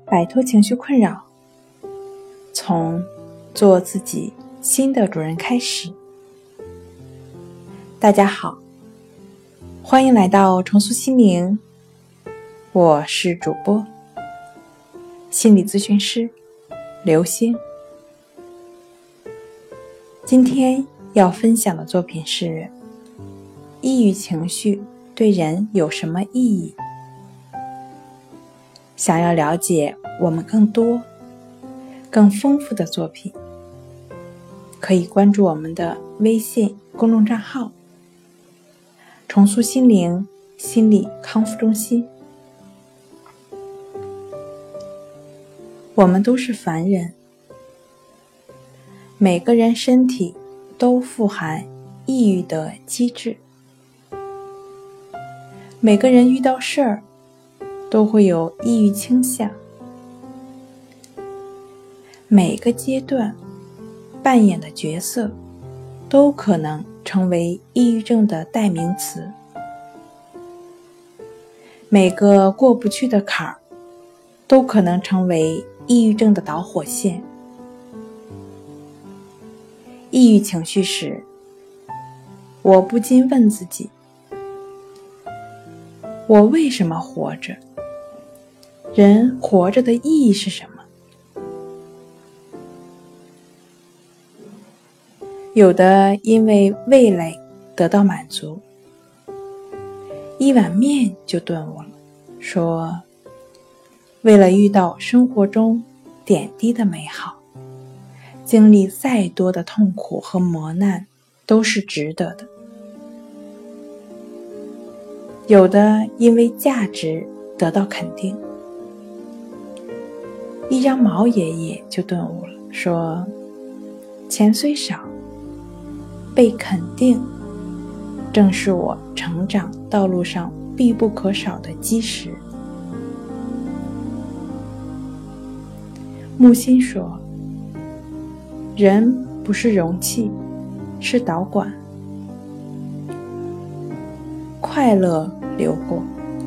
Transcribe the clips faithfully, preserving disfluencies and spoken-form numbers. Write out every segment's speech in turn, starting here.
摆脱情绪困扰，从做自己新的主人开始。大家好，欢迎来到重塑心灵，我是主播心理咨询师刘星。今天要分享的作品是抑郁情绪对人有什么意义？想要了解我们更多更丰富的作品，可以关注我们的微信公众账号重塑心灵心理康复中心。我们都是凡人，每个人身体都富含抑郁的机制，每个人遇到事儿都会有抑郁倾向，每个阶段扮演的角色都可能成为抑郁症的代名词，每个过不去的坎儿都可能成为抑郁症的导火线。抑郁情绪时，我不禁问自己，我为什么活着？人活着的意义是什么？有的因为味蕾得到满足，一碗面就顿悟了，说为了遇到生活中点滴的美好，经历再多的痛苦和磨难都是值得的。有的因为价值得到肯定，一张毛爷爷就顿悟了，说钱虽少，被肯定正是我成长道路上必不可少的基石。木心说，人不是容器，是导管，快乐流过，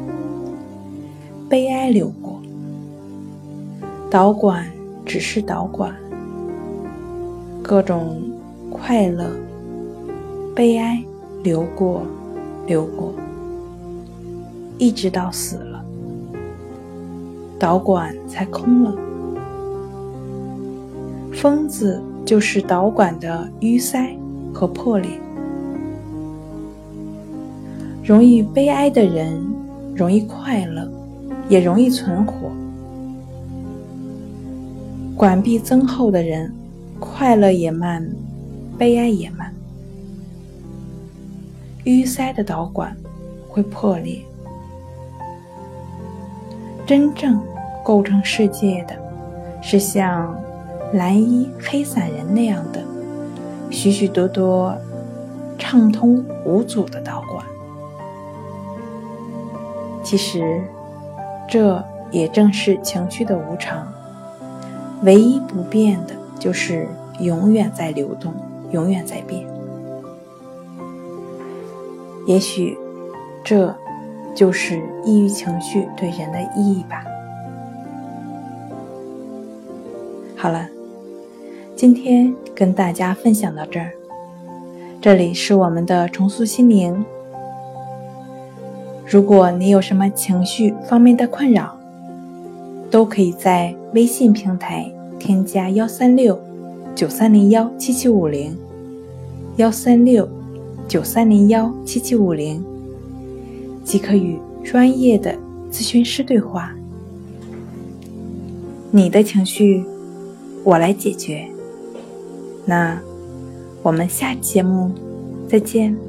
悲哀流过，导管只是导管，各种快乐悲哀流过流过，一直到死了，导管才空了。疯子就是导管的淤塞和破裂。容易悲哀的人容易快乐，也容易存活。管壁增厚的人，快乐也慢，悲哀也慢。淤塞的导管会破裂。真正构成世界的，是像蓝衣黑伞人那样的许许多多畅通无阻的导管。其实这也正是情绪的无常，唯一不变的就是永远在流动，永远在变。也许这就是抑郁情绪对人的意义吧。好了，今天跟大家分享到这儿，这里是我们的重塑心灵。如果你有什么情绪方面的困扰，都可以在微信平台添加一三六九三零一七七五零一三六九三零一七七五零，即可与专业的咨询师对话。你的情绪我来解决。那我们下期节目再见。